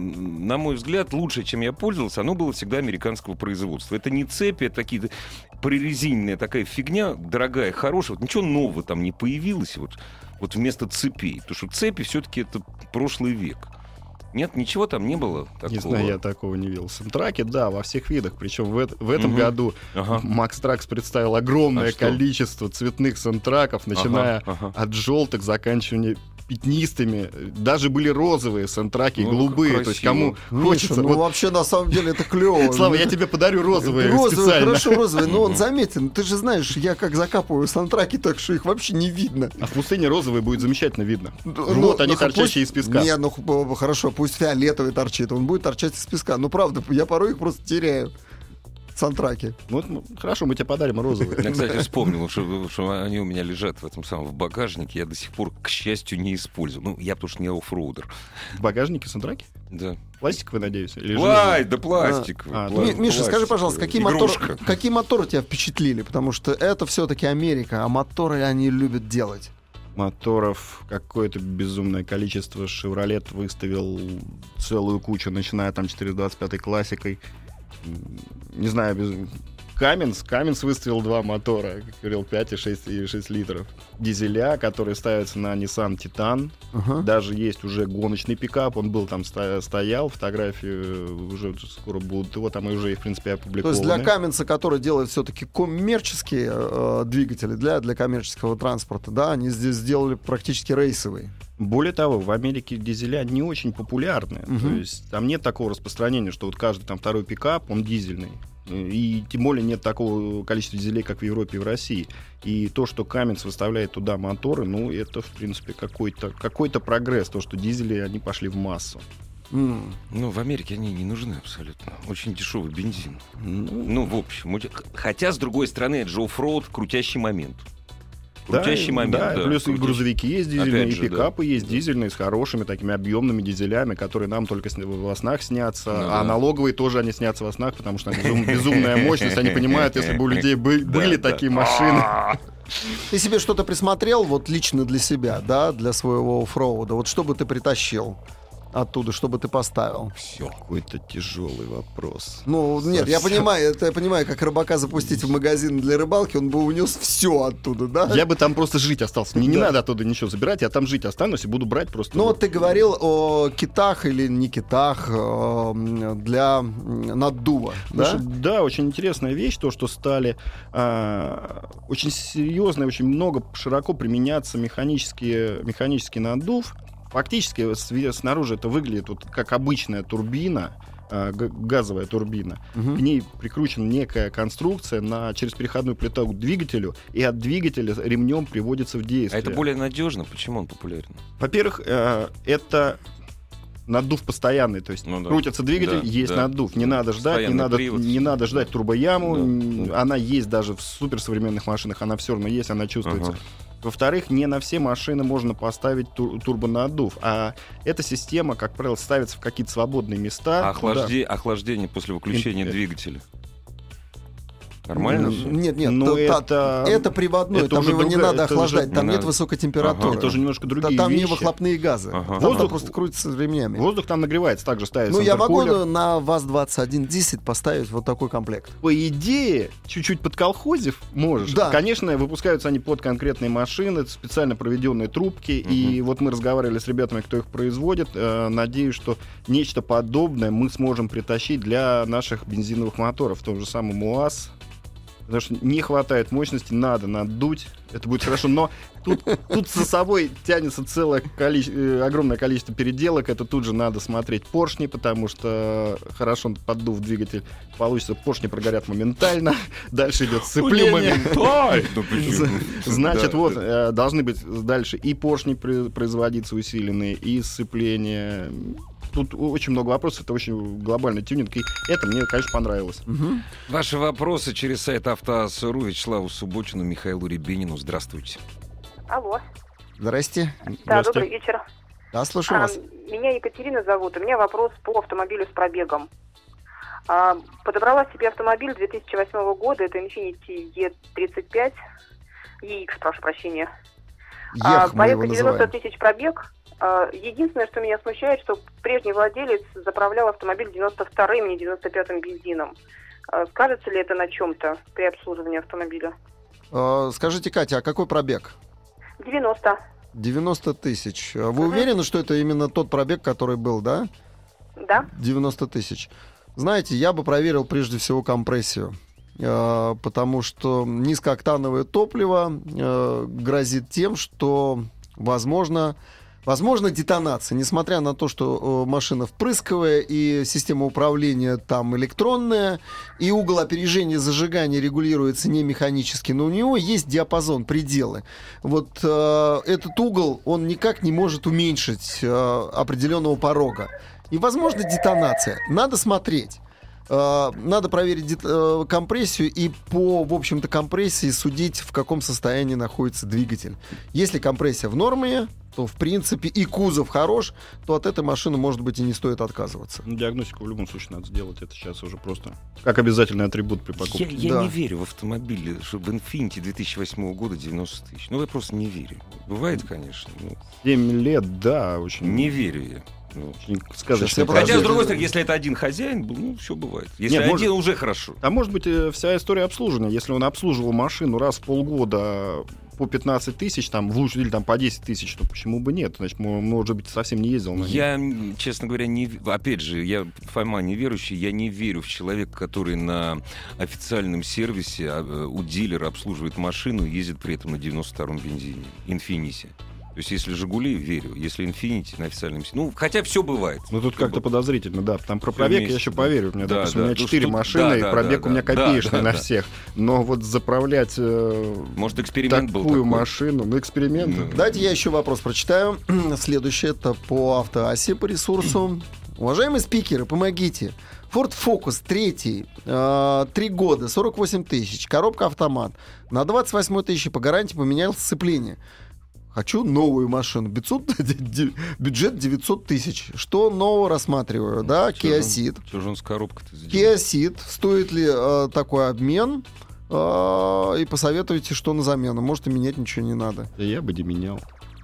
на мой взгляд, лучшее, чем я пользовался, оно было всегда американского производства. Это не цепи, это такие прорезиненная такая фигня, дорогая, хорошая. Вот ничего нового там не появилось вот, вот вместо цепей. Потому что цепи все-таки это прошлый век. Нет, ничего там не было такого. Не знаю, я такого не видел. Сэмтраки, да, во всех видах. Причем в, эт- в этом Мгм. году Ага. Макс Тракс представил огромное А что? количество цветных сэмтраков, начиная Ага, ага. от желтых, заканчивая пятнистыми. Даже были розовые сэмтраки, Ну, голубые. как То есть красиво. кому Миша, хочется... ну вот, вообще на самом деле это клево. Слава, я тебе подарю розовые, Розовый, специально. хорошо, розовый, но он заметен. Ты же знаешь, я как закапываю сантраки, так что их вообще не видно. А в пустыне розовые будет замечательно видно. Ну, Вот они, ну, торчащие пусть- из песка. Не, ну х- хорошо, пусть фиолетовый торчит, он будет торчать из песка. Ну правда, я порой их просто теряю. Сантраки. Вот, ну, хорошо, мы тебе подарим розовые. Я, кстати, вспомнил, что, что они у меня лежат в этом самом в багажнике. Я до сих пор, к счастью, не использую. Ну, я потому что не оффроудер. В багажнике сантраки? Да. Пластиковые, надеюсь? Или Ай, железные? да пластик. А, пла- Ми- Миша, скажи, пластик. пожалуйста, какие моторы, Игрушка. какие моторы тебя впечатлили? Потому что это все-таки Америка, а моторы они любят делать. Моторов какое-то безумное количество. Шевролет выставил целую кучу, начиная там четыреста двадцать пятой классикой. М, Не знаю, без... Каменс. Каменс выставил два мотора, как говорил, пять и шесть, и шесть литров. Дизеля, которые ставятся на Nissan Titan. Ага. Даже есть уже гоночный пикап. Он был там, сто- стоял, фотографии уже скоро будут его там и уже, в принципе, То опубликованы. есть для Каменца, который делает все-таки коммерческие э, двигатели для, для коммерческого транспорта, да, они здесь сделали практически рейсовые. Более того, в Америке дизеля не очень популярны. Мгм. То есть там нет такого распространения, что вот каждый там второй пикап, он дизельный. И тем более нет такого количества дизелей, как в Европе и в России. И то, что Каменц выставляет туда моторы, ну, это, в принципе, какой-то, какой-то прогресс. То, что дизели, они пошли в массу. М. Ну, в Америке они не нужны абсолютно. Очень дешевый бензин. Ну, в общем. очень- Хотя, с другой стороны, это же оффроуд, крутящий момент. Крутящий Да, момент, да, да, плюс и крутящий. грузовики есть дизельные, Опять и же, пикапы да. есть Да. дизельные с хорошими такими объемными дизелями, которые нам только сня- во снах снятся, Ну а да. налоговые тоже они снятся во снах, потому что безум- безумная мощность. Они понимают, если бы у людей бы- Да, были да. такие машины. Ты себе что-то присмотрел вот лично для себя, да, для своего оффроуда? Вот что бы ты притащил оттуда, что бы ты поставил? Все. Какой-то тяжелый вопрос. Ну, нет, я Совсем. понимаю, это я понимаю, как рыбака запустить в магазин для рыбалки, он бы унес все оттуда, да? Я бы там просто жить остался. Мне не Да. надо оттуда ничего забирать, я там жить останусь и буду брать просто... Ну вот ты говорил о китах или не китах э, для м, наддува, да? Слушай, да, очень интересная вещь, то, что стали а, очень серьезно и очень много широко применяться механические, механический наддув. Фактически сви- снаружи это выглядит вот как обычная турбина, а, г- газовая турбина. Мгм. К ней прикручена некая конструкция на, через переходную плиту к двигателю, и от двигателя ремнем приводится в А действие. это более надежно? Почему он популярен? Во-первых, э, это наддув постоянный, то есть Ну да. крутится двигатель, Да, есть да. наддув, не надо ждать, не Постоянный надо, привод. не надо ждать турбояму, Да, м, да. она есть даже в суперсовременных машинах, она все равно есть, она чувствуется. Ага. Во-вторых, не на все машины можно поставить тур- турбонаддув, а эта система, как правило, ставится в какие-то свободные места. А охлажде- Охлаждение после выключения Ин- двигателя? Нормально? Нет, нет, Ну, то- та- это- это приводной, это там уже его не другая- надо это охлаждать, уже- там не нет надо. высокой Ага. температуры. Это уже немножко Да, другие там не вещи. выхлопные газы. Ага. Там Воздух- просто крутится ремнями. Воздух там нагревается, также ставится Ну, я могу интеркулер. на ВАЗ двадцать один десять поставить вот такой комплект. По идее, чуть-чуть подколхозив можешь. Да. Конечно, выпускаются они под конкретные машины, это специально проведенные трубки. И вот мы разговаривали с ребятами, кто их производит. Э, надеюсь, что нечто подобное мы сможем притащить для наших бензиновых моторов, в том же самом УАЗ. Потому что не хватает мощности, надо надуть, это будет хорошо. Но тут, тут за собой тянется целое количество, огромное количество переделок. Это тут же надо смотреть поршни, потому что хорошо поддув двигатель, получится, поршни прогорят моментально. Дальше идет сцепление. Ну, почему? Значит, Да, вот да. э, должны быть дальше и поршни при- производиться усиленные, и сцепление. Тут очень много вопросов, это очень глобальный тюнинг, и это мне, конечно, понравилось. Мгм. Ваши вопросы через сайт Автоаз.ру Вячеславу Субботину, Михаилу Рябинину. Здравствуйте. Алло. Здрасте. Да, Здравствуйте. добрый вечер. Да, слушаю А, вас. меня Екатерина зовут. У меня вопрос по автомобилю с пробегом. А, подобрала себе автомобиль две тысячи восьмого года. Это Infiniti и тридцать пять. и икс, прошу прощения. А, Ех, мы его порядка девяносто называем. тысяч пробег. А, единственное, что меня смущает, что прежний владелец заправлял автомобиль девяносто вторым, не девяносто пятым бензином. А, скажется ли это на чем-то при обслуживании автомобиля? Э, Скажите, Катя, а какой пробег? девяносто. девяносто тысяч. А Вы Мгм. уверены, что это именно тот пробег, который был, да? Да? девяносто тысяч. Знаете, я бы проверил прежде всего компрессию. Э, Потому что низкооктановое топливо э, грозит тем, что возможно, возможно детонация. Несмотря на то, что э, машина впрысковая и система управления там электронная, и угол опережения зажигания регулируется не механически, но у него есть диапазон, пределы. Вот э, этот угол, он никак не может уменьшить э, определенного порога. И, возможно, детонация. Надо смотреть. Э, Надо проверить дет- э, компрессию и по, в общем-то, компрессии судить, в каком состоянии находится двигатель. Если компрессия в норме, то, в принципе, и кузов хорош, то от этой машины, может быть, и не стоит отказываться. Ну, диагностику в любом случае надо сделать. Это сейчас уже просто как обязательный атрибут при Я, покупке. я Да. не верю в автомобили, что в Infiniti две тысячи восьмого года девяносто тысяч. Ну, я просто не верю. Бывает, конечно. но семь лет, да, очень, не верю я. Ну, очень сказочно. Сейчас я хотя, подожди. с другой стороны, если это один хозяин, был, ну, все бывает. Если Нет, один, может- уже хорошо. А может быть, э, вся история обслуживания. Если он обслуживал машину раз в полгода по пятнадцать тысяч, там, в лучшем или там по десять тысяч, то почему бы нет? Значит, мо- может быть, совсем не ездил на ней. Я, м, честно говоря, не... в- опять же, я Фома неверующий, я не верю в человека, который на официальном сервисе а, э, у дилера обслуживает машину и ездит при этом на девяносто втором бензине, Инфинисе. То есть, если «Жигули», верю. Если «Инфинити» на официальном... се- Ну, хотя все бывает. Ну, тут Всё как-то бывает. подозрительно, да. Там про Всё пробег я вместе, еще да. поверю. У меня, Да, допустим, да. у меня Ну, четыре что- машины, да, и да, пробег да, у меня да. копеечный Да, на да. всех. Но вот заправлять э, Может, эксперимент был такую такой. машину, ну, эксперимент. Ну, Давайте я еще вопрос прочитаю. Следующее это по автоассе, по ресурсу. Уважаемые спикеры, помогите. Ford Focus третий, э, три года, сорок восемь тысяч, коробка автомат. На двадцать восемь тысяч по гарантии поменял сцепление. Хочу новую машину. пятьсот, бюджет девятьсот тысяч. Что нового рассматриваю? Да, Чё Kia же он- Ceed. чё же он с коробкой-то сделал? Kia Ceed. Стоит ли э, такой обмен? Э, и посоветуйте, что на замену. Может, и менять ничего не надо. Да я бы не менял.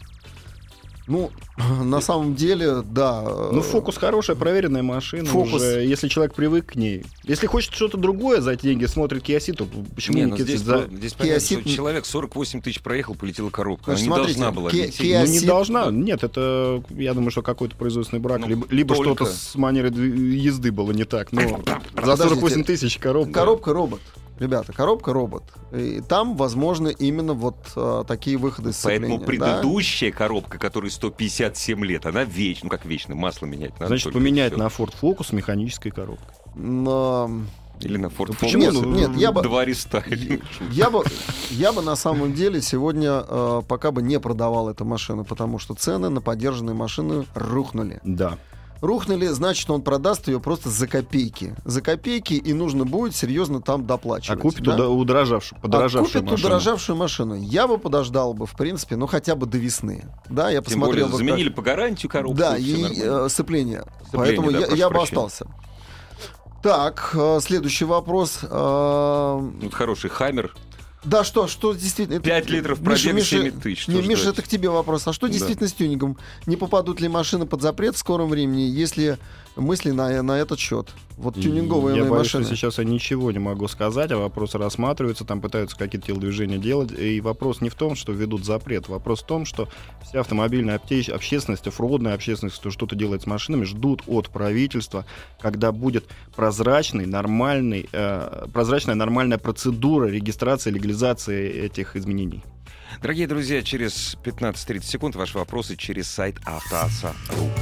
Ну, на самом деле, да. Ну, Фокус хорошая, проверенная машина. Фокус. Уже, если человек привык к ней. Если хочет что-то другое за эти деньги, смотрит Kia Ceed, то почему Не, не ну Kia здесь, Ceed? За- про- здесь понятно, Ceed- что человек сорок восемь тысяч проехал, полетела коробка. Значит, Она не смотрите, должна была Kia- лететь. Kia Ну, не Ceed- должна. Нет, это, я думаю, что какой-то производственный брак. Ну, либо либо только. что-то с манерой дви- езды было не так. Но за Подождите. сорок восемь тысяч коробка. Коробка робот. Ребята, коробка робот. И там, возможно, именно вот а, такие выходы из Поэтому сцепления. да? предыдущая коробка, которой сто пятьдесят семь лет, она вечна. Ну, как вечно, масло менять надо. Значит, только поменять всё. на Ford Focus механической коробкой. Но Или на Ford Ну, Focus. почему? Нет, Ну, нет, я бы, Два рестайлинга. я бы, я бы на самом деле сегодня э, пока бы не продавал эту машину, потому что цены на подержанные машины рухнули. Да. Рухнули, значит, он продаст ее просто за копейки. За копейки, и нужно будет серьезно там А доплачивать. купит да? уда- удорожавшую, подорожавшую А купит машину. удорожавшую машину. Я бы подождал бы, в принципе, ну хотя бы до весны. Да, я Тем более, посмотрел бы, как- заменили по гарантии коробку. Да, всё и нормально. э, сцепление. Сцепление, Поэтому да, я, прошу я бы прощения. остался. Так, э, следующий вопрос. Э, Вот хороший «Хаммер». Да, что, что действительно... пять литров пробега, семь тысяч. Не, Миша, это к тебе вопрос. А что действительно да. с тюнингом? Не попадут ли машины под запрет в скором времени, если мысли на, на этот счет? Вот тюнинговые Я боюсь, машины. что сейчас я ничего не могу сказать, а вопросы рассматриваются, там пытаются какие-то телодвижения делать. И вопрос не в том, что ведут запрет. Вопрос в том, что вся автомобильная обще- общественность, оффроудная общественность, кто что-то делает с машинами, ждут от правительства, когда будет прозрачный, нормальный, э, прозрачная, нормальная процедура регистрации, легализации этих изменений. Дорогие друзья, через пятнадцать-тридцать секунд ваши вопросы через сайт автоаса точка ру.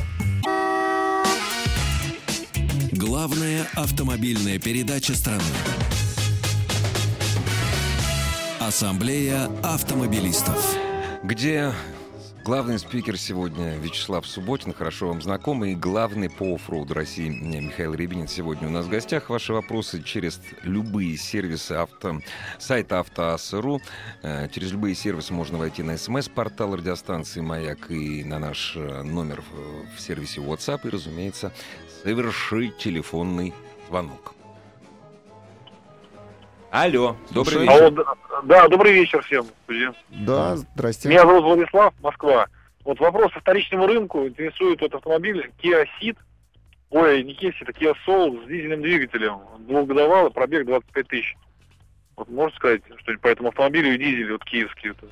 Главная автомобильная передача страны. Ассамблея автомобилистов. Где главный спикер сегодня Вячеслав Субботин, хорошо вам знакомый, и главный по оффроуду России Михаил Рябинин сегодня у нас в гостях. Ваши вопросы через любые сервисы авто... сайта автоаса точка ру. Через любые сервисы можно войти на смс-портал радиостанции «Маяк» и на наш номер в сервисе WhatsApp, и, разумеется, совершить телефонный звонок. Алло, добрый вечер. Алло, да, да, добрый вечер всем. Да, здрасте. Меня зовут Владислав, Москва. Вот вопрос по вторичному рынку интересует вот автомобиль Kia Ceed, ой, не Kia Ceed, а Kia Soul с дизельным двигателем. Двухгодовалый, пробег двадцать пять тысяч. Вот можете сказать что-нибудь по этому автомобилю и дизелю, вот киевский? Вот.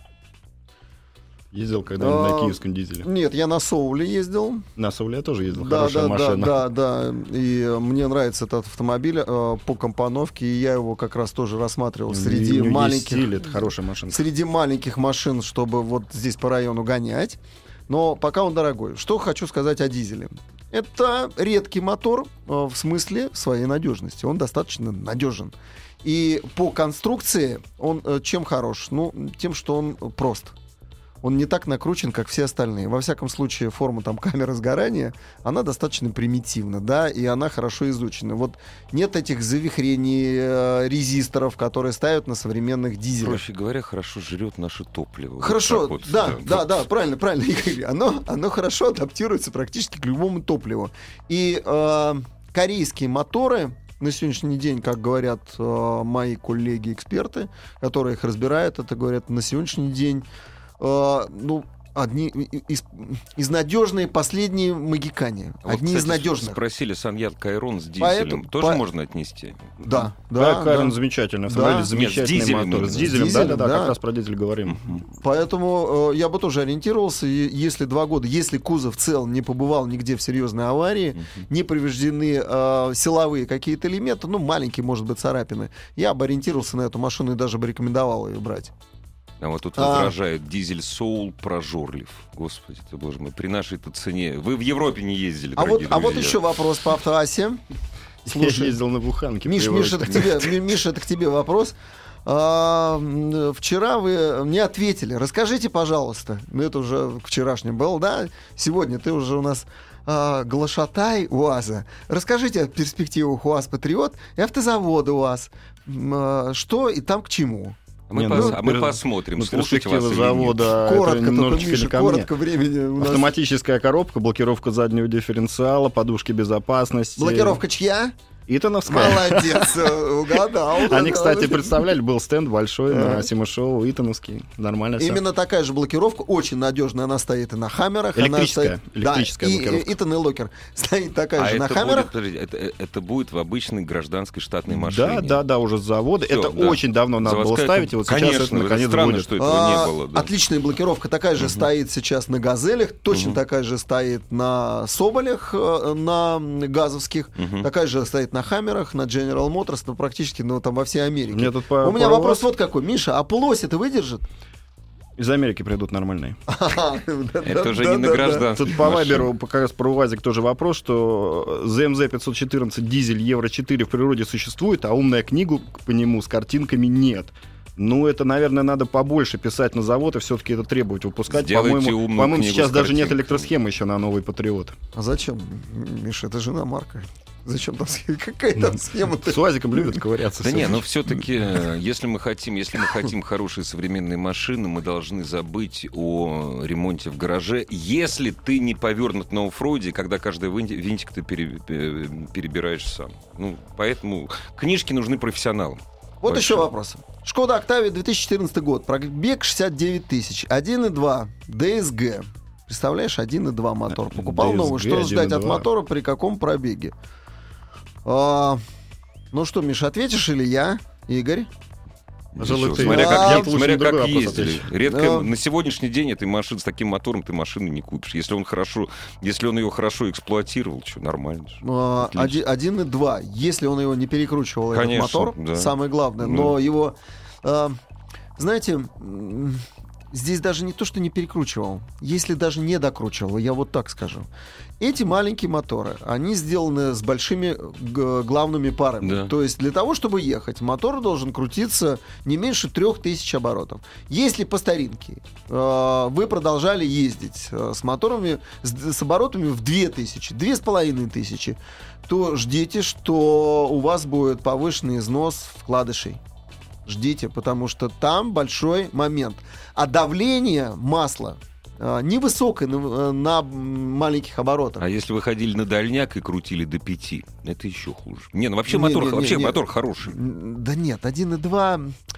Ездил когда-нибудь А, на киевском дизеле? Нет, я на Соуле ездил. На Соуле я тоже ездил, Да, хорошая да, машина. да, да, да. И мне нравится этот автомобиль э, по компоновке, и я его как раз тоже рассматривал среди И у него есть маленьких, стиль, это хорошая машина. среди маленьких машин, чтобы вот здесь по району гонять. Но пока он дорогой. Что хочу сказать о дизеле? Это редкий мотор э, в смысле своей надежности. Он достаточно надежен. И по конструкции он э, чем хорош? Ну, тем, что он прост. Он не так накручен, как все остальные. Во всяком случае, форма там камеры сгорания, она достаточно примитивна, да, и она хорошо изучена. Вот нет этих завихрений, э, резисторов, которые ставят на современных дизелях. Проще говоря, хорошо жрет наше топливо. Хорошо, Вот вот, да, да, да, да, правильно, правильно, Игорь. Оно, оно хорошо адаптируется практически к любому топливу. И э, корейские моторы на сегодняшний день, как говорят э, мои коллеги-эксперты, которые их разбирают, это говорят на сегодняшний день, Uh, ну, одни из, из надежные последние магикане. Вот, одни кстати, из надежных. Спросили Саньят Кайрон с дизелем. Поэтому, Тоже по... можно отнести? Да, Да, да. Кайрон да. замечательный автомобиль, Да. замечательный Нет, с дизелем мотор. С именно. дизелем, С дизелем, да, да, да, да. как раз про дизель говорим. Поэтому э, я бы тоже ориентировался, и если два года, если кузов цел, не побывал нигде в серьезной аварии, uh-huh. не повреждены э, силовые какие-то элементы, ну, маленькие, может быть, царапины, я бы ориентировался на эту машину и даже бы рекомендовал ее брать. А вот тут А. возражают, дизель Soul прожорлив. Господи ты, боже мой, при нашей-то цене. Вы в Европе не ездили, А вот, дорогие а вот друзья. еще вопрос по автоассе. Я ездил на буханке. Миш, Миш, это к тебе, Ми- Миша, это к тебе вопрос. А, м, вчера вы мне ответили. Расскажите, пожалуйста. Ну, это уже вчерашнем был, да? Сегодня ты уже у нас а, глашатай УАЗа. Расскажите о перспективах УАЗ Патриот и автозавода УАЗ. М, а, что и там к чему? А мы, Не, пос- ну, а мы пер- посмотрим, Ну, слушать вас перспектива или завода, нет. Коротко, это только, немножечко Миша, не ко мне. коротко времени у нас. Автоматическая коробка, блокировка заднего дифференциала, подушки безопасности. Блокировка чья? Итоновская. Молодец, угадал. Они, угадал. кстати, представляли, был стенд большой Ага. на Сима-шоу, Итоновский. Нормально все. Именно такая же блокировка, очень надежная, она стоит и на Хаммерах. она Электрическая, стоит- электрическая да, блокировка. И, Итан и Локер стоит такая А же на это Хаммерах. будет, подожди, это, это будет в обычной гражданской штатной машине. Да, да, да, уже с завода. Всё, это да. очень давно надо было Заводская ставить, и вот Конечно, сейчас это это наконец странно, будет. что этого А, не было. Да. Отличная блокировка такая же стоит сейчас на «Газелях», точно Мгм. такая же стоит на «Соболях», э, на газовских, Мгм. такая же стоит на «Хаммерах», на General Motors, ну, практически ну, там во всей Америке. Мне тут по- У меня паровоз вопрос вот какой. Миша, а полось это выдержит? Из Америки придут нормальные. Это уже не на гражданской Тут по машине. Вайберу как раз про УАЗик тоже вопрос, что зэ эм зэ пятьсот четырнадцать дизель Евро четыре в природе существует, а умная книгу по нему с картинками нет. Ну, это, наверное, надо побольше писать на завод и все-таки это требовать выпускать. Сделайте По-моему, умную по-моему книгу сейчас с даже нет картинками. электросхемы еще на новый Патриот. А зачем, Миша, это же иномарка. Зачем там схема? Какая там схема-то? С УАЗиком любят ковыряться. Да не, но все-таки, если мы хотим, если мы хотим хорошие современные машины, мы должны забыть о ремонте в гараже, если ты не повернут на оффроуде, когда каждый винтик ты пере- перебираешь сам. Ну, поэтому книжки нужны профессионалам. Вот Большой. еще вопрос. Шкода Октавия, две тысячи четырнадцатый год, пробег шестьдесят девять тысяч, один и два, ДСГ. Представляешь, один и два мотор. Покупал ди эс джи новый. Что ждать от один и два. мотора, при каком пробеге? А, ну что, Миша, ответишь или я, Игорь? Пожалуй, Еще, ты. смотря А, как, я е- лучше смотря на другой как вопрос ездили. отвечу. Редко Да. на сегодняшний день этой машины с таким мотором ты машину не купишь. Если он хорошо, если он ее хорошо эксплуатировал, что нормально. же. А, Отлично. один, один и два. Если он его не перекручивал, Конечно, этот мотор, да. самое главное. Да. Но его, а, знаете, м, здесь даже не то, что не перекручивал, если даже не докручивал, я вот так скажу. Эти маленькие моторы, они сделаны с большими г- главными парами. Да. То есть для того, чтобы ехать, мотор должен крутиться не меньше трех тысяч оборотов. Если по старинке э, вы продолжали ездить э, с моторами, с, с оборотами в две тысячи, две тысячи пятьсот, то ждите, что у вас будет повышенный износ вкладышей. Ждите, потому что там большой момент. А давление масла э, невысокое на, на маленьких оборотах. А если вы ходили на дальняк и крутили до пяти, это еще хуже. Не, ну вообще Не, мотор, не, не, вообще не. мотор хороший. М, Да нет, один и два.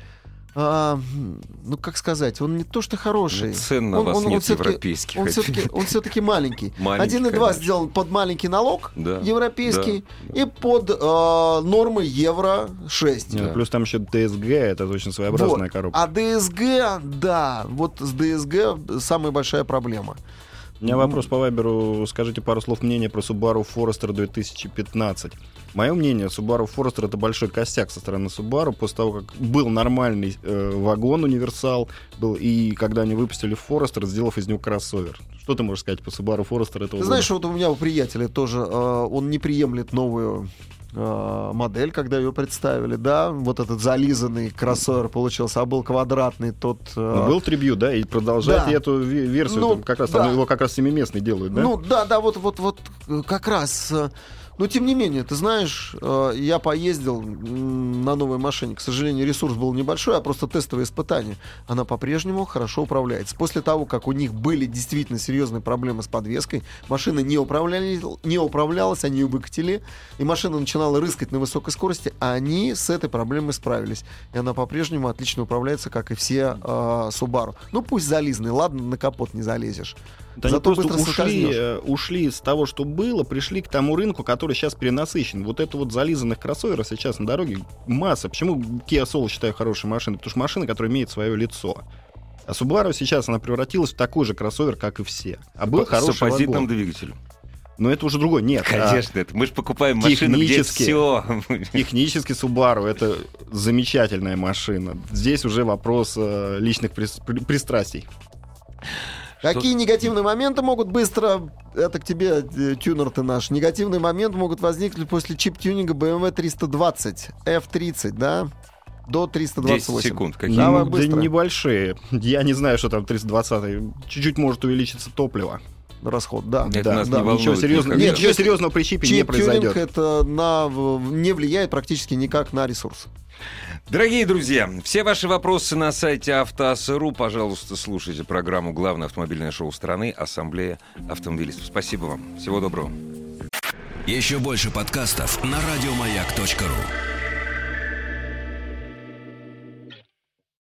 А, ну, как сказать, он не то что хороший. Ну, цен на Он- вас он- он нет всё-таки- европейских. Он все-таки, он все-таки маленький. Маленький, один и два конечно. сделан под маленький налог Да, европейский да, и под э, нормы евро шесть. Нет, Да. Плюс там еще ДСГ, это очень своеобразная Вот. коробка. А ДСГ, да, вот с ДСГ самая большая проблема. У меня вопрос по Вайберу. Скажите пару слов мнения про Subaru Forester две тысячи пятнадцать. Мое мнение, Subaru Forester — это большой косяк со стороны Subaru. После того, как был нормальный э, вагон универсал, был, и когда они выпустили Forester, сделав из него кроссовер. Что ты можешь сказать по Subaru Forester этого Ты знаешь, вот у меня у приятеля тоже, э, он не приемлет новую э, модель, когда ее представили, да, вот этот зализанный кроссовер получился, а был квадратный тот... э, Ну, был трибью, да, и продолжайте Да. эту ве- версию. Ну, там как раз, да. там его как раз семиместный делают, да? Ну да, да, вот, вот, вот э, как раз. э, Но тем не менее, ты знаешь, э, я поездил м, на новой машине. К сожалению, ресурс был небольшой, а просто тестовое испытание. Она по-прежнему хорошо управляется. После того, как у них были действительно серьезные проблемы с подвеской, машина не, управляли, не управлялась, они ее выкатили, и машина начинала рыскать на высокой скорости, а они с этой проблемой справились. И она по-прежнему отлично управляется, как и все э, Subaru. Ну пусть зализанный, ладно, на капот не залезешь. Да они Зато просто быстро ушли, соскользнешь. э, ушли с того, что было, пришли к тому рынку, который сейчас перенасыщен. Вот это вот зализанных кроссоверов сейчас на дороге масса. Почему Kia Soul считаю хорошей машиной? Потому что машина, которая имеет свое лицо. А Subaru сейчас она превратилась в такой же кроссовер, как и все. А был С хороший оппозитным вагон. двигателем. Но это уже другой. Нет. а Конечно, это мы же покупаем машину, где технически. все. Технически Subaru — это замечательная машина. Здесь уже вопрос э, личных прис- при- пристрастий. Какие негативные моменты могут быстро... Это к тебе, э, тюнер ты наш. Негативные моменты могут возникнуть после чип-тюнинга бэ эм вэ триста двадцать, эф тридцать, да? До триста двадцать десять восемь. секунд. Какие? Давай Ну, да быстро. небольшие. Я не знаю, что там триста двадцать. Чуть-чуть может увеличиться топливо. Расход, да. Это Да, нас да, не волнует ничего серьезного, никогда. Нет, ничего если серьезного при чипе не Чип-тюнинг произойдет. это на, в- не влияет практически никак на ресурс. Дорогие друзья, все ваши вопросы на сайте автоасс точка ру. Пожалуйста, слушайте программу «Главное автомобильное шоу страны» «Ассамблея автомобилистов». Спасибо вам. Всего доброго. Еще больше подкастов на радиомаяк точка ру.